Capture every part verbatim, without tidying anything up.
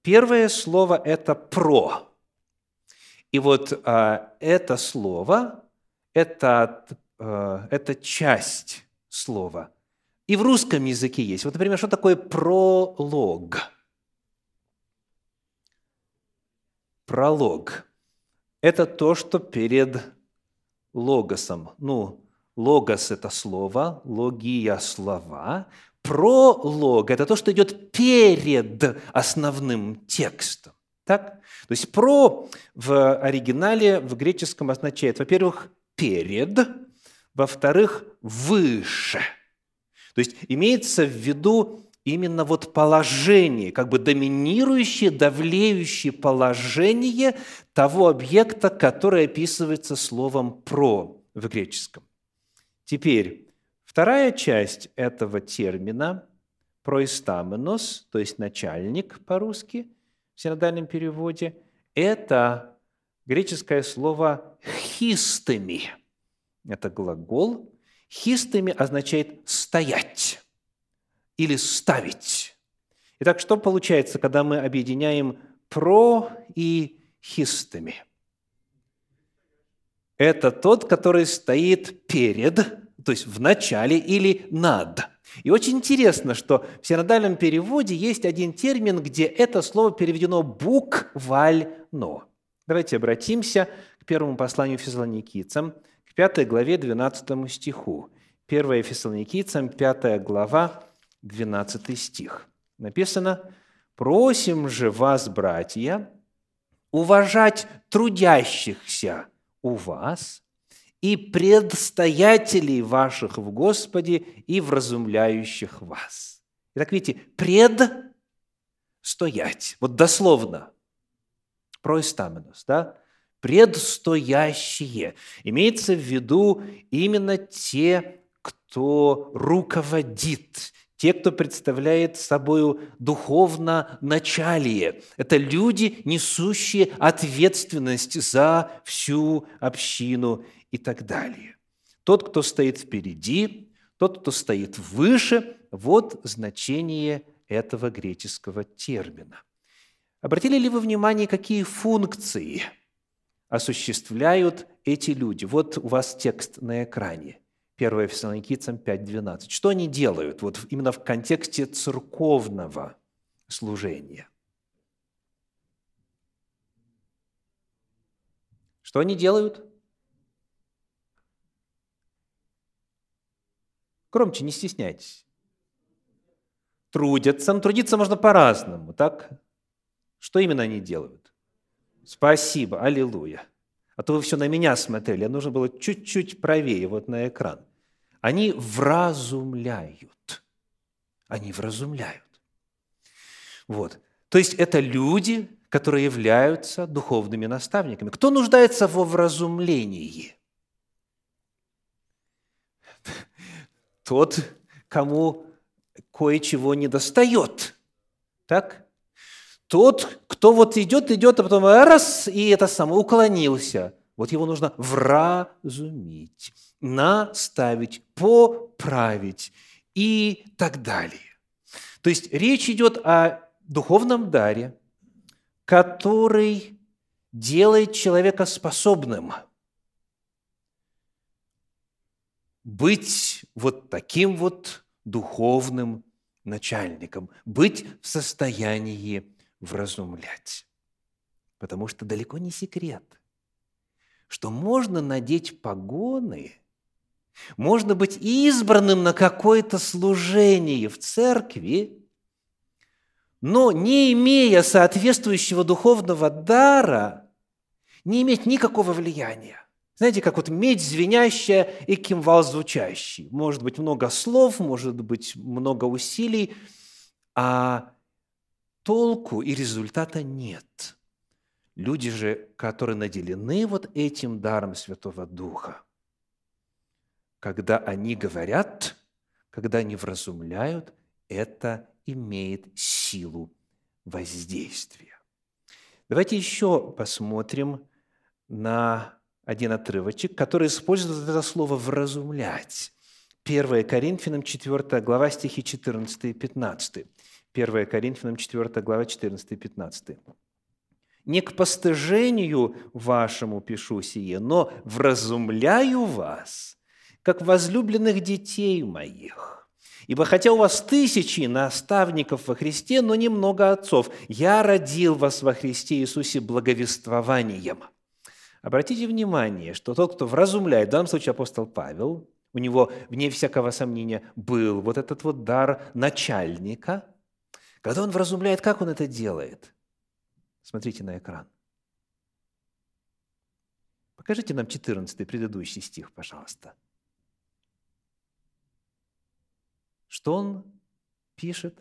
Первое слово – это «про». И вот а, это слово – это, а, это часть слова. И в русском языке есть. Вот, например, что такое пролог? Пролог – это то, что перед логосом. Ну, логос – это слово, логия – слова. Пролог – это то, что идет перед основным текстом. Так? То есть «про» в оригинале, в греческом означает, во-первых, «перед», во-вторых, «выше». То есть имеется в виду именно вот положение, как бы доминирующее, давлеющее положение того объекта, который описывается словом «про» в греческом. Теперь, вторая часть этого термина «проистаменос», то есть «начальник» по-русски, в синодальном переводе, это греческое слово «хистеми». Это глагол. «Хистеми» означает «стоять» или «ставить». Итак, что получается, когда мы объединяем «про» и «хистеми»? Это тот, который стоит перед, то есть в начале или над. И очень интересно, что в синодальном переводе есть один термин, где это слово переведено буквально. Давайте обратимся к первому посланию Фессалоникийцам, к пятой главе, двенадцатому стиху. первое Фессалоникийцам, пятая глава, двенадцатый стих. Написано: «Просим же вас, братья, уважать трудящихся у вас и предстоятелей ваших в Господе и вразумляющих вас». Итак, видите, предстоять. Вот дословно. Проистаменос, да? Предстоящие. Имеется в виду именно те, кто руководит, те, кто представляет собой духовно началие. Это люди, несущие ответственность за всю общину и так далее. Тот, кто стоит впереди, тот, кто стоит выше, вот значение этого греческого термина. Обратили ли вы внимание, какие функции осуществляют эти люди? Вот у вас текст на экране. первое Фессалоникийцам пять двенадцать. Что они делают вот именно в контексте церковного служения? Что они делают? Громче, не стесняйтесь. Трудятся. Но трудиться можно по-разному, так? Что именно они делают? Спасибо, аллилуйя. А то вы все на меня смотрели, а нужно было чуть-чуть правее, вот на экран. Они вразумляют. Они вразумляют. Вот. То есть это люди, которые являются духовными наставниками. Кто нуждается во вразумлении? Тот, кому кое-чего недостает. Так? Тот, кто вот идет, идет, а потом раз, и это самое, уклонился. Вот его нужно вразумить, наставить, поправить и так далее. То есть речь идет о духовном даре, который делает человека способным быть вот таким вот духовным начальником, быть в состоянии вразумлять. Потому что далеко не секрет, что можно надеть погоны, можно быть избранным на какое-то служение в церкви, но не имея соответствующего духовного дара, не иметь никакого влияния. Знаете, как вот медь звенящая и кимвал звучащий. Может быть много слов, может быть много усилий, а толку и результата нет. Люди же, которые наделены вот этим даром Святого Духа, когда они говорят, когда они вразумляют, это имеет силу воздействия. Давайте еще посмотрим на один отрывочек, который использует это слово «вразумлять». первое Коринфянам, четвёртая глава, стихи четырнадцатый и пятнадцатый. первое Коринфянам четвёртая глава, четырнадцатый-пятнадцатый. «Не к постыжению вашему пишу сие, но вразумляю вас, как возлюбленных детей моих. Ибо хотя у вас тысячи наставников во Христе, но немного отцов, я родил вас во Христе Иисусе благовествованием». Обратите внимание, что тот, кто вразумляет, в данном случае апостол Павел, у него, вне всякого сомнения, был вот этот вот дар начальника. Когда он вразумляет, как он это делает? Смотрите на экран. Покажите нам четырнадцатый, предыдущий стих, пожалуйста. Что он пишет?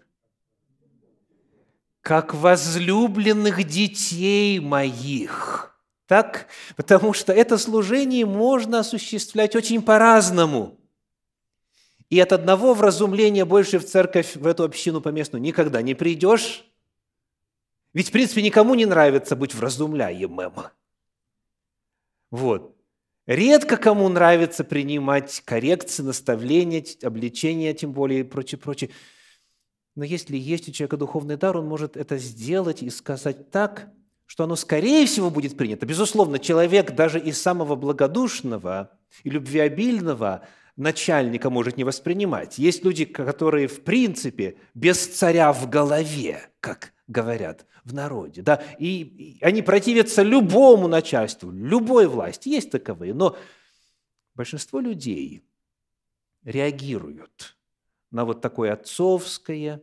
«Как возлюбленных детей моих». Так? Потому что это служение можно осуществлять очень по-разному. И от одного вразумления больше в церковь, в эту общину поместную никогда не придешь. Ведь, в принципе, никому не нравится быть вразумляемым. Вот. Редко кому нравится принимать коррекции, наставления, обличения, тем более и прочее, прочее. Но если есть у человека духовный дар, он может это сделать и сказать так, что оно, скорее всего, будет принято. Безусловно, человек даже из самого благодушного и любвеобильного начальника может не воспринимать. Есть люди, которые, в принципе, без царя в голове, как говорят в народе, да, и, и они противятся любому начальству, любой власти, есть таковые, но большинство людей реагируют на вот такое отцовское,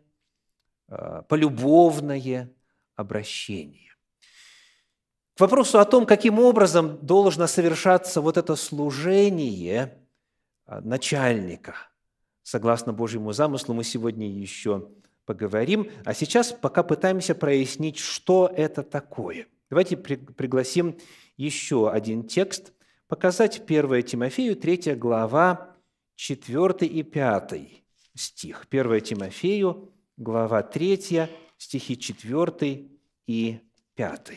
полюбовное обращение. К вопросу о том, каким образом должно совершаться вот это служение начальника, согласно Божьему замыслу, мы сегодня еще поговорим. А сейчас пока пытаемся прояснить, что это такое. Давайте пригласим еще один текст, показать первое Тимофею, третья глава, четвёртый и пятый стих. первое Тимофею, глава третья, стихи четвёртый и пятый.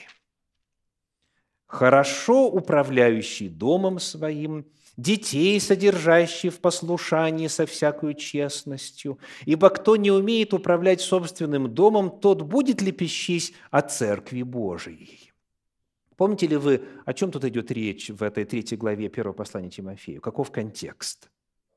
«Хорошо управляющий домом своим, детей, содержащий в послушании со всякою честностью, ибо кто не умеет управлять собственным домом, тот будет лепещись о Церкви Божией». Помните ли вы, о чем тут идет речь в этой третьей главе первого послания Тимофею? Каков контекст?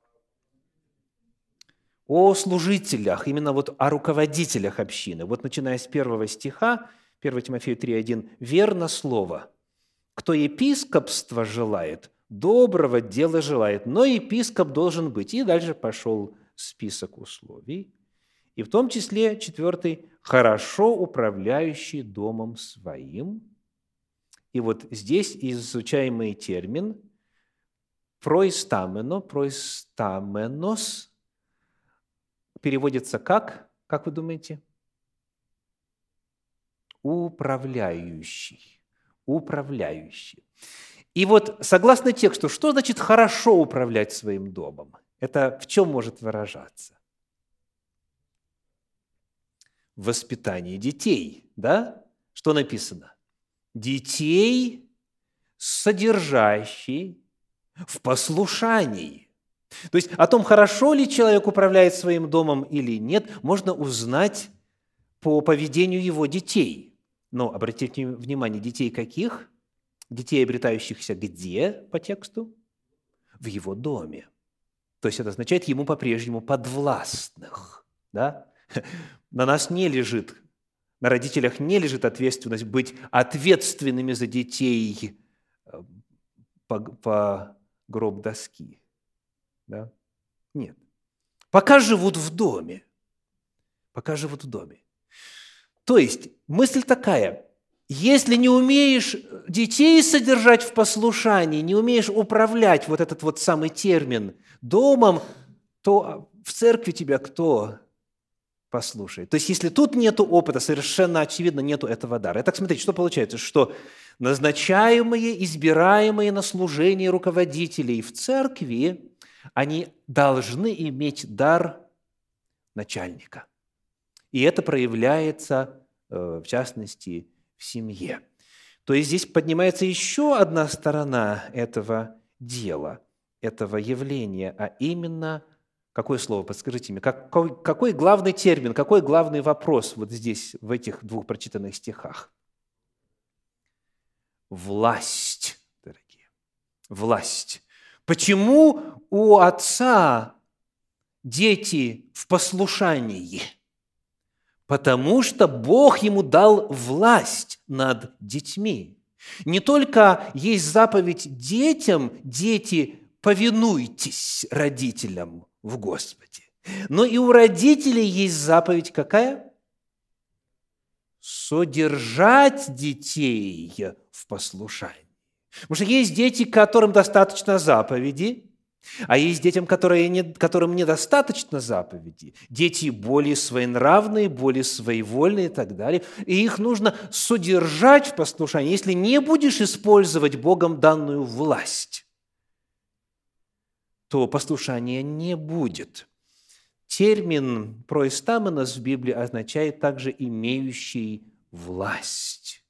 О служителях, именно вот о руководителях общины. Вот начиная с первого стиха, первое Тимофею три один, «Верно слово, кто епископство желает, доброго дела желает, но епископ должен быть». И дальше пошел список условий. И в том числе четвертый, «хорошо управляющий домом своим». И вот здесь изучаемый термин «проистамено», «проистаменос» переводится как? Как вы думаете? Управляющий. Управляющий. И вот согласно тексту, что значит «хорошо управлять своим домом»? Это в чем может выражаться? В воспитании детей, да? Что написано? Детей, содержащий в послушании. То есть о том, хорошо ли человек управляет своим домом или нет, можно узнать по поведению его детей. Но обратите внимание, детей каких? Детей, обретающихся где по тексту? В его доме. То есть это означает ему по-прежнему подвластных. Да? На нас не лежит, на родителях не лежит ответственность быть ответственными за детей по, по гроб доски. Да? Нет. Пока живут в доме. Пока живут в доме. То есть мысль такая: если не умеешь детей содержать в послушании, не умеешь управлять, вот этот вот самый термин, домом, то в церкви тебя кто послушает? То есть если тут нету опыта, совершенно очевидно, нету этого дара. Итак, смотрите, что получается, что назначаемые, избираемые на служение руководителей в церкви, они должны иметь дар начальника. И это проявляется, в частности, в семье. То есть здесь поднимается еще одна сторона этого дела, этого явления, а именно Какое слово? Подскажите мне. Какой, какой главный термин, какой главный вопрос вот здесь, в этих двух прочитанных стихах? Власть, дорогие. Власть. Почему у отца дети в послушании? Потому что Бог ему дал власть над детьми. Не только есть заповедь детям, дети, повинуйтесь родителям в Господе, но и у родителей есть заповедь какая? Содержать детей в послушании. Потому что есть дети, которым достаточно заповеди, а есть детям, которые не, которым недостаточно заповеди. Дети более своенравные, более своевольные и так далее. И их нужно содержать в послушании. Если не будешь использовать Богом данную власть, то послушания не будет. Термин «проистаменос» в Библии означает также «имеющий власть».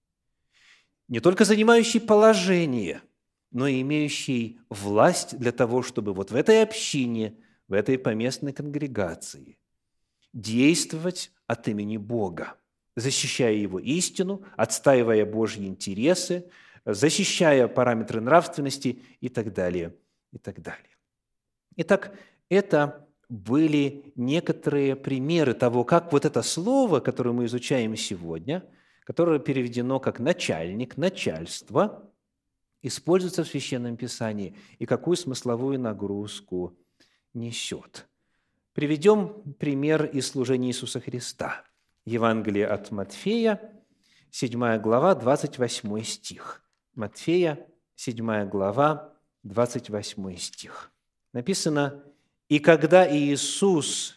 Не только занимающий положение, но и имеющий власть для того, чтобы вот в этой общине, в этой поместной конгрегации действовать от имени Бога, защищая Его истину, отстаивая Божьи интересы, защищая параметры нравственности и так далее, и так далее. Итак, это были некоторые примеры того, как вот это слово, которое мы изучаем сегодня, которое переведено как «начальник», «начальство», используется в Священном Писании и какую смысловую нагрузку несет. Приведем пример из служения Иисуса Христа. Евангелие от Матфея, седьмая глава, двадцать восьмой стих. Матфея, седьмая глава, двадцать восьмой стих. Написано: «И когда Иисус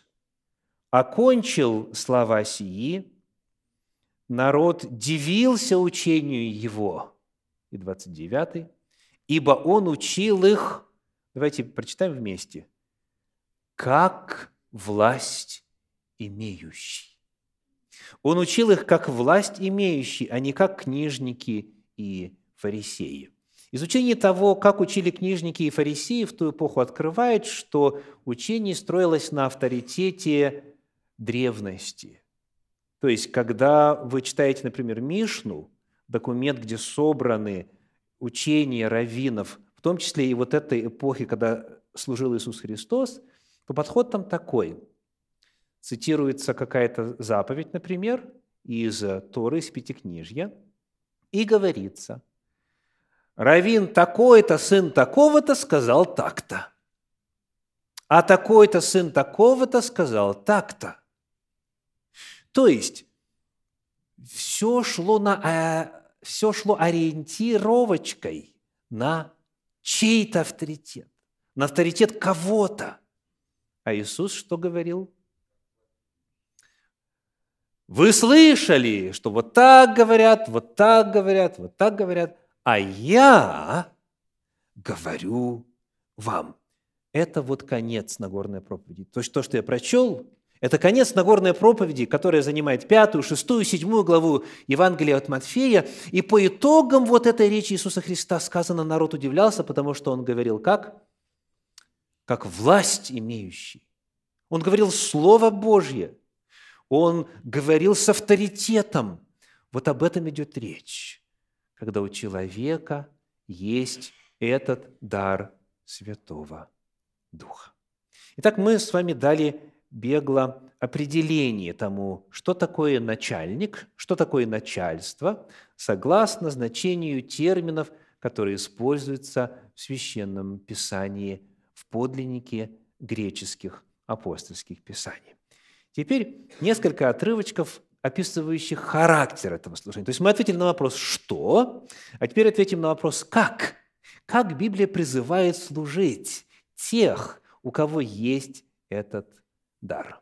окончил слова сии, народ дивился учению Его». И двадцать девятый. «Ибо Он учил их», давайте прочитаем вместе, «как власть имеющий». Он учил их как власть имеющий, а не как книжники и фарисеи. Изучение того, как учили книжники и фарисеи в ту эпоху, открывает, что учение строилось на авторитете древности. То есть, когда вы читаете, например, Мишну, документ, где собраны учения раввинов, в том числе и вот этой эпохи, когда служил Иисус Христос, то подход там такой. Цитируется какая-то заповедь, например, из Торы, из Пятикнижья, и говорится: «Раввин такой-то, сын такого-то, сказал так-то, а такой-то, сын такого-то, сказал так-то». То есть, все шло, на, все шло ориентировочкой на чей-то авторитет, на авторитет кого-то. А Иисус что говорил? Вы слышали, что вот так говорят, вот так говорят, вот так говорят, а я говорю вам. Это вот конец Нагорной проповеди. То есть то, что я прочел, это конец Нагорной проповеди, которая занимает пятую, шестую, седьмую главу Евангелия от Матфея. И по итогам вот этой речи Иисуса Христа сказано, народ удивлялся, потому что Он говорил как? Как власть имеющий. Он говорил Слово Божье. Он говорил с авторитетом. Вот об этом идет речь, когда у человека есть этот дар Святого Духа. Итак, мы с вами дали бегло определение тому, что такое начальник, что такое начальство, согласно значению терминов, которые используются в Священном Писании, в подлиннике греческих апостольских писаний. Теперь несколько отрывочков, описывающих характер этого служения. То есть мы ответили на вопрос «что?», а теперь ответим на вопрос «как?». Как Библия призывает служить тех, у кого есть этот дар.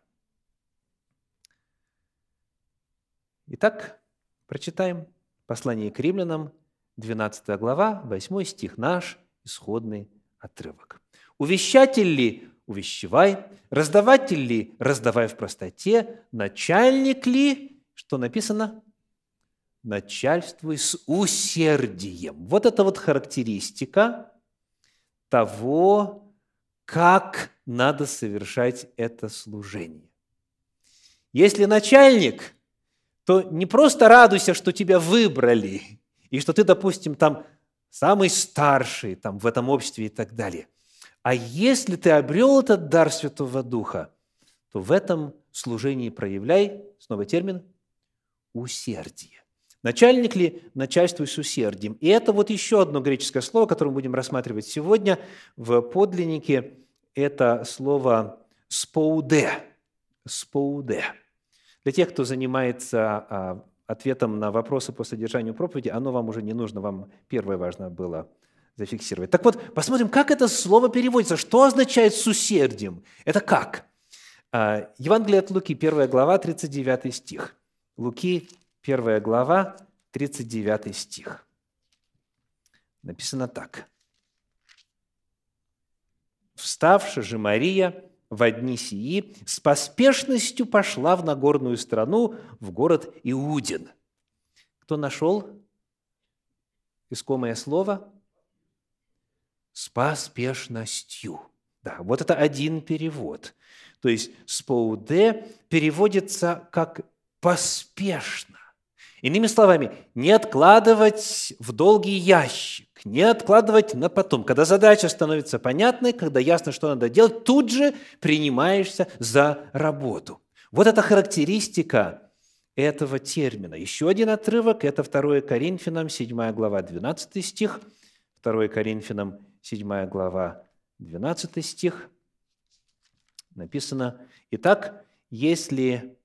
Итак, прочитаем послание к римлянам, двенадцатая глава, восьмой стих, наш исходный отрывок. «Увещатель ли – увещевай, раздаватель ли – раздавай в простоте, начальник ли – что написано? Начальствуй с усердием». Вот это вот характеристика того, как надо совершать это служение. Если начальник, то не просто радуйся, что тебя выбрали, и что ты, допустим, там самый старший там, в этом обществе и так далее. А если ты обрел этот дар Святого Духа, то в этом служении проявляй, снова термин, усердие. Начальник ли, начальствуй с усердием. И это вот еще одно греческое слово, которое мы будем рассматривать сегодня в подлиннике. Это слово «споуде». «Споуде». Для тех, кто занимается ответом на вопросы по содержанию проповеди, оно вам уже не нужно, вам первое важно было зафиксировать. Так вот, посмотрим, как это слово переводится, что означает «с усердием». Это как? Евангелие от Луки, первая глава, тридцать девятый стих. Луки, первая глава, тридцать девятый стих. Написано так. «Вставши же Мария во дни сии, с поспешностью пошла в Нагорную страну, в город Иудин». Кто нашел искомое слово? С поспешностью. Да, вот это один перевод. То есть «споуде» переводится как «поспешно». Иными словами, не откладывать в долгий ящик, не откладывать на потом. Когда задача становится понятной, когда ясно, что надо делать, тут же принимаешься за работу. Вот это характеристика этого термина. Еще один отрывок – это второе Коринфянам, седьмая глава, двенадцатый стих. второе Коринфянам, седьмая глава, двенадцатый стих. Написано: «Итак, если...»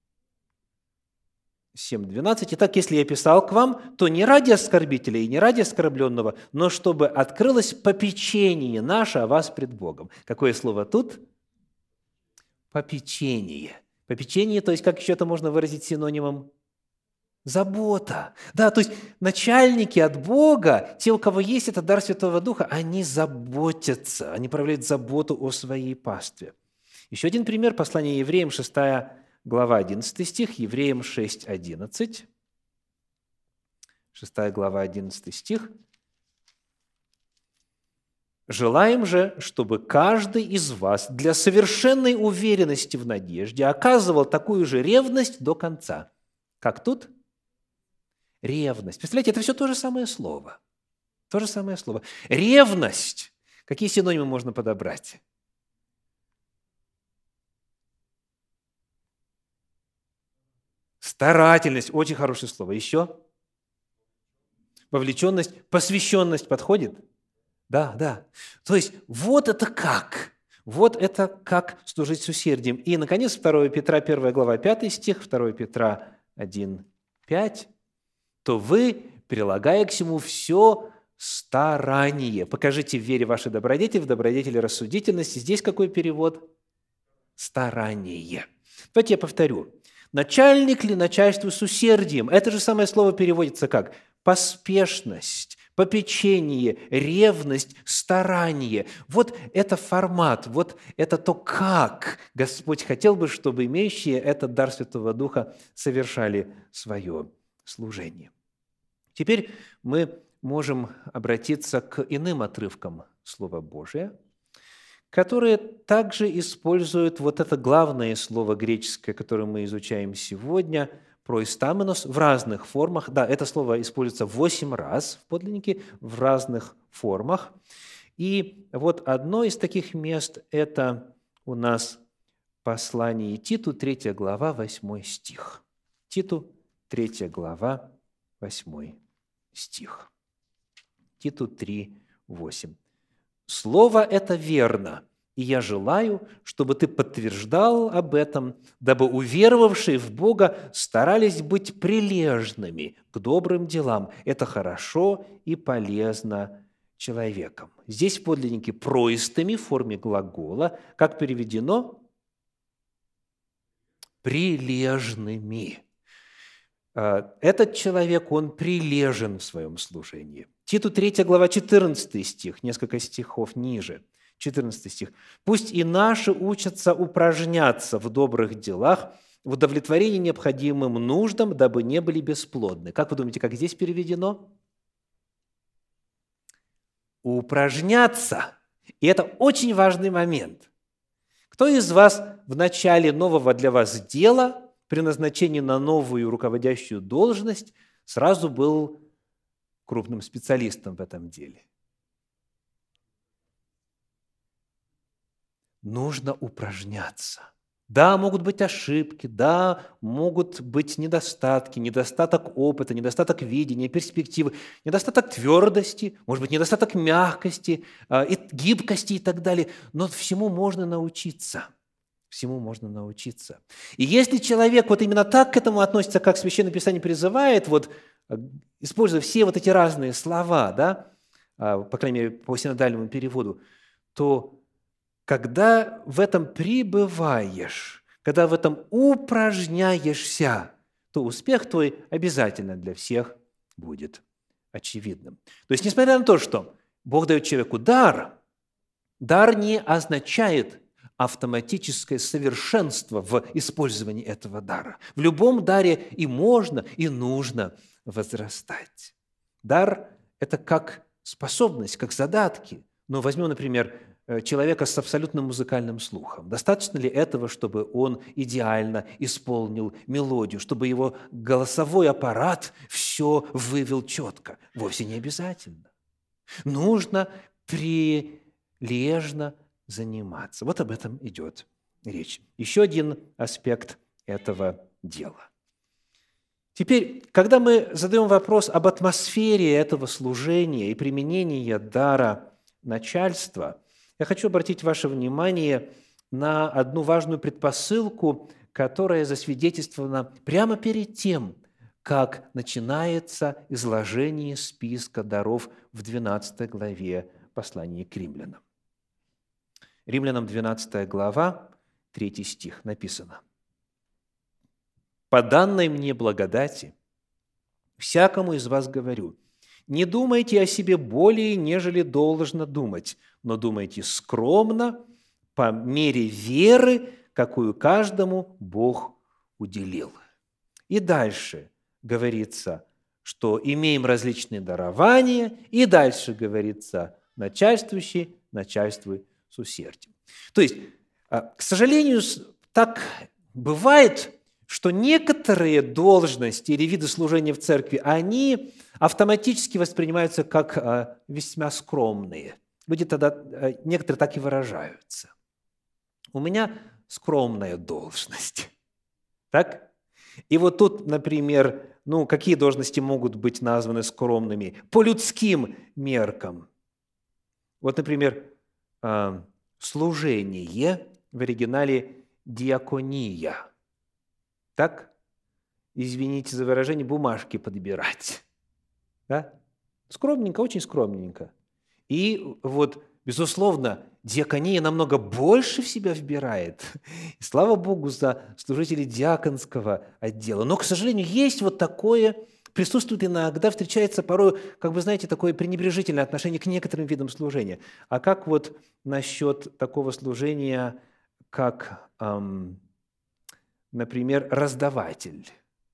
семь двенадцать. «Итак, если я писал к вам, то не ради оскорбителя и не ради оскорбленного, но чтобы открылось попечение наше о вас пред Богом». Какое слово тут? Попечение. Попечение, то есть, как еще это можно выразить синонимом? Забота. Да, то есть, начальники от Бога, те, у кого есть этот дар Святого Духа, они заботятся, они проявляют заботу о своей пастве. Еще один пример, послание Евреям, шестая глава, одиннадцатый стих, Евреям шесть одиннадцать. шестая глава, одиннадцатый стих. «Желаем же, чтобы каждый из вас для совершенной уверенности в надежде оказывал такую же ревность до конца». Как тут? Ревность. Представляете, это все то же самое слово. То же самое слово. Ревность. Какие синонимы можно подобрать? Старательность. Очень хорошее слово. Еще? Вовлеченность. Посвященность подходит? Да, да. То есть вот это как. Вот это как служить с усердием. И, наконец, второе Петра, первая глава, пятый стих, второе Петра один, пять. «То вы, прилагая к всему все старание». Покажите в вере вашей добродетели, в добродетели рассудительности. Здесь какой перевод? Старание. Давайте я повторю. Начальник ли начальству с усердием? Это же самое слово переводится как? Поспешность, попечение, ревность, старание. Вот это формат, вот это то, как Господь хотел бы, чтобы имеющие этот дар Святого Духа совершали свое служение. Теперь мы можем обратиться к иным отрывкам Слова Божия, которые также используют вот это главное слово греческое, которое мы изучаем сегодня, проистаменос, в разных формах. Да, это слово используется восемь раз в подлиннике, в разных формах. И вот одно из таких мест – это у нас послание Титу, третья глава, восьмой стих. Титу, третья глава, восьмой стих. Титу три, восемь. «Слово это верно, и я желаю, чтобы ты подтверждал об этом, дабы уверовавшие в Бога старались быть прилежными к добрым делам. Это хорошо и полезно человеком». Здесь в подлиннике проистыми в форме глагола, как переведено? Прилежными. Этот человек, он прилежен в своем служении. Титу третья глава, четырнадцатый стих, несколько стихов ниже, четырнадцатый стих. «Пусть и наши учатся упражняться в добрых делах, в удовлетворении необходимым нуждам, дабы не были бесплодны». Как вы думаете, как здесь переведено? Упражняться. И это очень важный момент. Кто из вас в начале нового для вас дела, при назначении на новую руководящую должность, сразу был крупным специалистом в этом деле? Нужно упражняться. Да, могут быть ошибки, да, могут быть недостатки, недостаток опыта, недостаток видения, перспективы, недостаток твердости, может быть, недостаток мягкости, и гибкости и так далее. Но всему можно научиться. Всему можно научиться. И если человек вот именно так к этому относится, как Священное Писание призывает, вот, используя все вот эти разные слова, да, по крайней мере, по синодальному переводу, то когда в этом пребываешь, когда в этом упражняешься, то успех твой обязательно для всех будет очевидным. То есть, несмотря на то, что Бог дает человеку дар, дар не означает автоматическое совершенство в использовании этого дара. В любом даре и можно, и нужно возрастать. Дар – это как способность, как задатки. Но возьмем, например, человека с абсолютным музыкальным слухом. Достаточно ли этого, чтобы он идеально исполнил мелодию, чтобы его голосовой аппарат все вывел четко? Вовсе не обязательно. Нужно прилежно заниматься. Вот об этом идет речь. Еще один аспект этого дела. Теперь, когда мы задаем вопрос об атмосфере этого служения и применения дара начальства, я хочу обратить ваше внимание на одну важную предпосылку, которая засвидетельствована прямо перед тем, как начинается изложение списка даров в двенадцатой главе послания к римлянам. Римлянам двенадцатая глава, третий стих написано: «По данной мне благодати всякому из вас говорю, не думайте о себе более, нежели должно думать, но думайте скромно, по мере веры, какую каждому Бог уделил». И дальше говорится, что имеем различные дарования, и дальше говорится: начальствующий, начальствуй с усердием. То есть, к сожалению, так бывает, что некоторые должности или виды служения в церкви, они автоматически воспринимаются как весьма скромные. Люди тогда, некоторые так и выражаются. У меня скромная должность. Так? И вот тут, например, ну, какие должности могут быть названы скромными? По людским меркам. Вот, например, служение, в оригинале диакония. Так? Извините за выражение, бумажки подбирать. Да? Скромненько, очень скромненько. И вот, безусловно, диакония намного больше в себя вбирает. И слава Богу за служителей диаконского отдела. Но, к сожалению, есть вот такое, присутствует иногда, встречается порой, как бы, знаете, такое пренебрежительное отношение к некоторым видам служения. А как вот насчет такого служения, как, эм, например, раздаватель?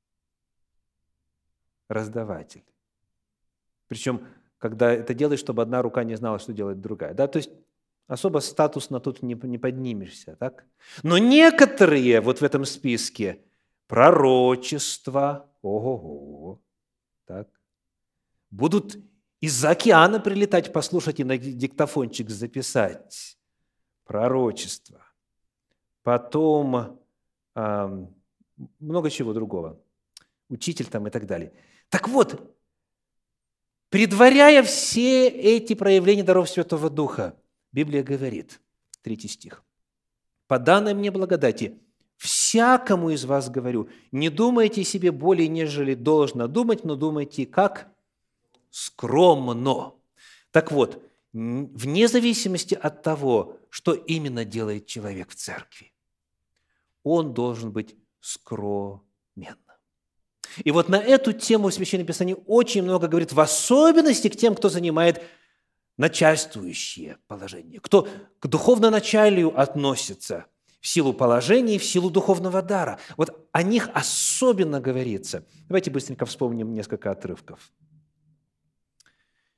Раздаватель. Причем, когда это делаешь, чтобы одна рука не знала, что делает другая. Да? То есть особо статусно тут не, не поднимешься. Так? Но некоторые вот в этом списке пророчества, ого-го, так, будут из-за океана прилетать, послушать и на диктофончик записать. Пророчество. Потом э, много чего другого. Учитель там и так далее. Так вот, предваряя все эти проявления даров Святого Духа, Библия говорит, третий стих: «По данной мне благодати всякому из вас говорю, не думайте себе более, нежели должно думать, но думайте как скромно». Так вот, вне зависимости от того, что именно делает человек в церкви, он должен быть скромен. И вот на эту тему Священное Писание очень много говорит, в особенности к тем, кто занимает начальствующее положение, кто к духовноначалию относится в силу положения и в силу духовного дара. Вот о них особенно говорится. Давайте быстренько вспомним несколько отрывков.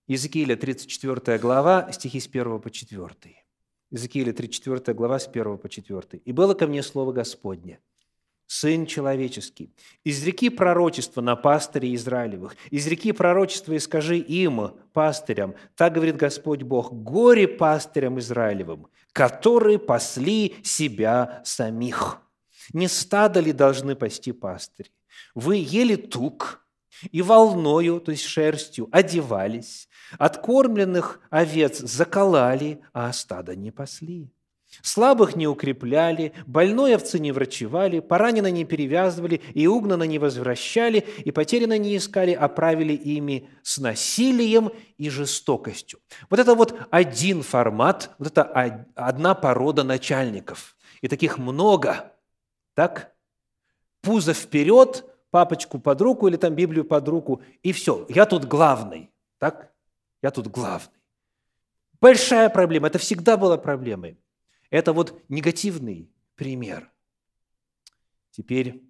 Иезекииля тридцать четвёртая глава, стихи с первого по четвёртый. Иезекииля тридцать четвёртая глава, с первого по четвёртый. «И было ко мне слово Господне: Сын человеческий, изреки пророчество на пастырей Израилевых, изреки пророчество и скажи им, пастырям, так говорит Господь Бог, горе пастырям Израилевым, которые пасли себя самих. Не стадо ли должны пасти пастыри? Вы ели тук и волною, то есть шерстью, одевались, откормленных овец закололи, а стадо не пасли. Слабых не укрепляли, больной овцы не врачевали, поранено не перевязывали, и угнано не возвращали, и потеряно не искали, а правили ими с насилием и жестокостью». Вот это вот один формат, вот это одна порода начальников. И таких много. Так? Пузо вперед, папочку под руку или там Библию под руку, и все. Я тут главный. Так? Я тут главный. Большая проблема. Это всегда была проблемой. Это вот негативный пример. Теперь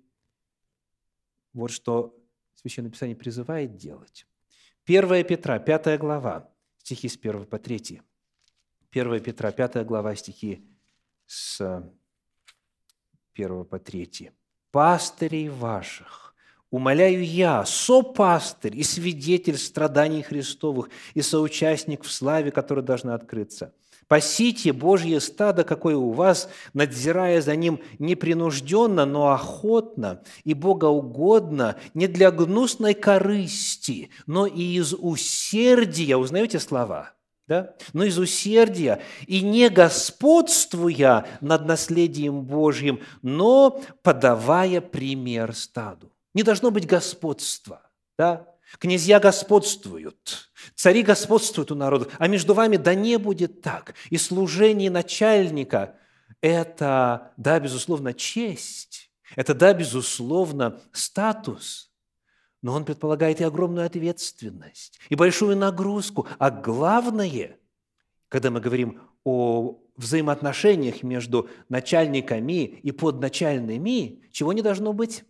вот что Священное Писание призывает делать. первое Петра, пятая глава, стихи с первого по третий. первое Петра, пятая глава, стихи с первого по третий. «Пастырей ваших умоляю я, сопастырь и свидетель страданий Христовых и соучастник в славе, которая должна открыться. Пасите Божье стадо, какое у вас, надзирая за ним непринужденно, но охотно и богоугодно, не для гнусной корысти, но и из усердия». Узнаете слова? Да? «Но из усердия, и не господствуя над наследием Божьим, но подавая пример стаду». Не должно быть господства. Да? Князья господствуют, цари господствуют у народа, а между вами да не будет так. И служение начальника – это, да, безусловно, честь, это, да, безусловно, статус, но он предполагает и огромную ответственность, и большую нагрузку. А главное, когда мы говорим о взаимоотношениях между начальниками и подначальными, чего не должно быть?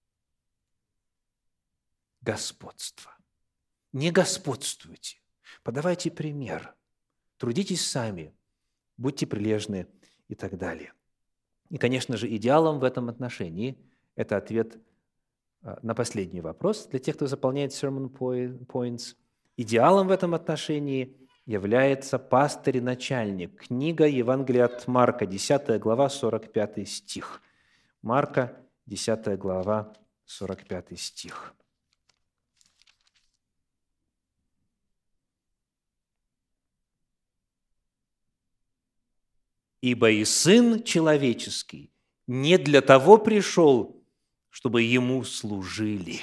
Господство. Не господствуйте, подавайте пример, трудитесь сами, будьте прилежны и так далее. И, конечно же, идеалом в этом отношении – это ответ на последний вопрос для тех, кто заполняет sermon points. Идеалом в этом отношении является пастырь и начальник. Книга Евангелия от Марка, десятая глава, сорок пятый стих. Марка, десятая глава, сорок пятый стих. «Ибо и Сын Человеческий не для того пришел, чтобы Ему служили,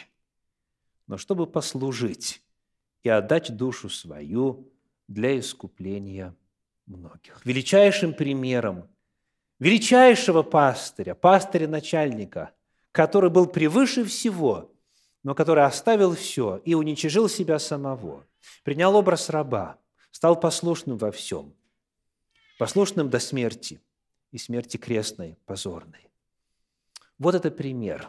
но чтобы послужить и отдать душу свою для искупления многих». Величайшим примером величайшего пастыря, пастыря-начальника, который был превыше всего, но который оставил все и уничижил себя самого, принял образ раба, стал послушным во всем, послушным до смерти и смерти крестной, позорной. Вот это пример.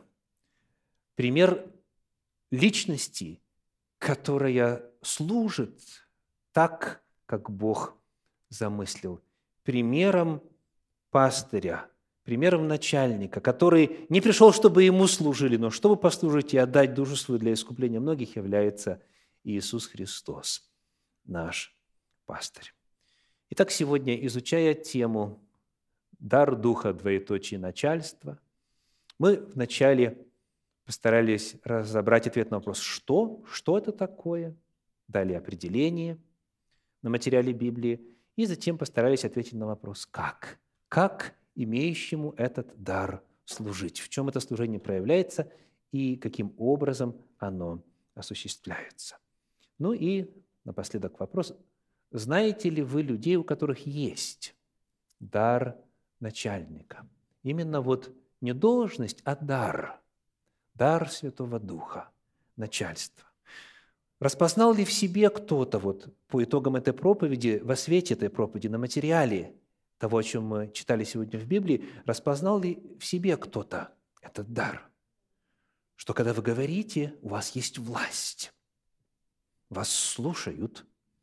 Пример личности, которая служит так, как Бог замыслил. Примером пастыря, примером начальника, который не пришел, чтобы ему служили, но чтобы послужить и отдать душу свою для искупления многих, является Иисус Христос, наш пастырь. Итак, сегодня, изучая тему «Дар Духа, двоеточие начальства», мы вначале постарались разобрать ответ на вопрос «что?», «что это такое?», дали определение на материале Библии, и затем постарались ответить на вопрос «как?», как имеющему этот дар служить, в чем это служение проявляется и каким образом оно осуществляется. Ну и напоследок вопрос: знаете ли вы людей, у которых есть дар начальника? Именно вот не должность, а дар, дар Святого Духа, начальство. Распознал ли в себе кто-то вот по итогам этой проповеди, во свете этой проповеди, на материале того, о чем мы читали сегодня в Библии, распознал ли в себе кто-то этот дар? Что когда вы говорите, у вас есть власть, вас слушают,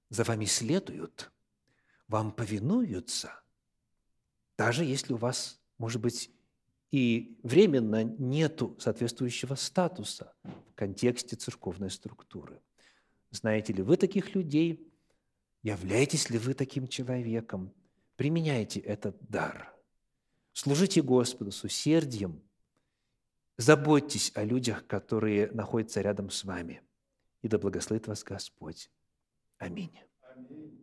за вами следуют, вам повинуются, даже если у вас, может быть, и временно нету соответствующего статуса в контексте церковной структуры. Знаете ли вы таких людей? Являетесь ли вы таким человеком? Применяйте этот дар. Служите Господу с усердием. Заботьтесь о людях, которые находятся рядом с вами. И да благословит вас Господь. Аминь.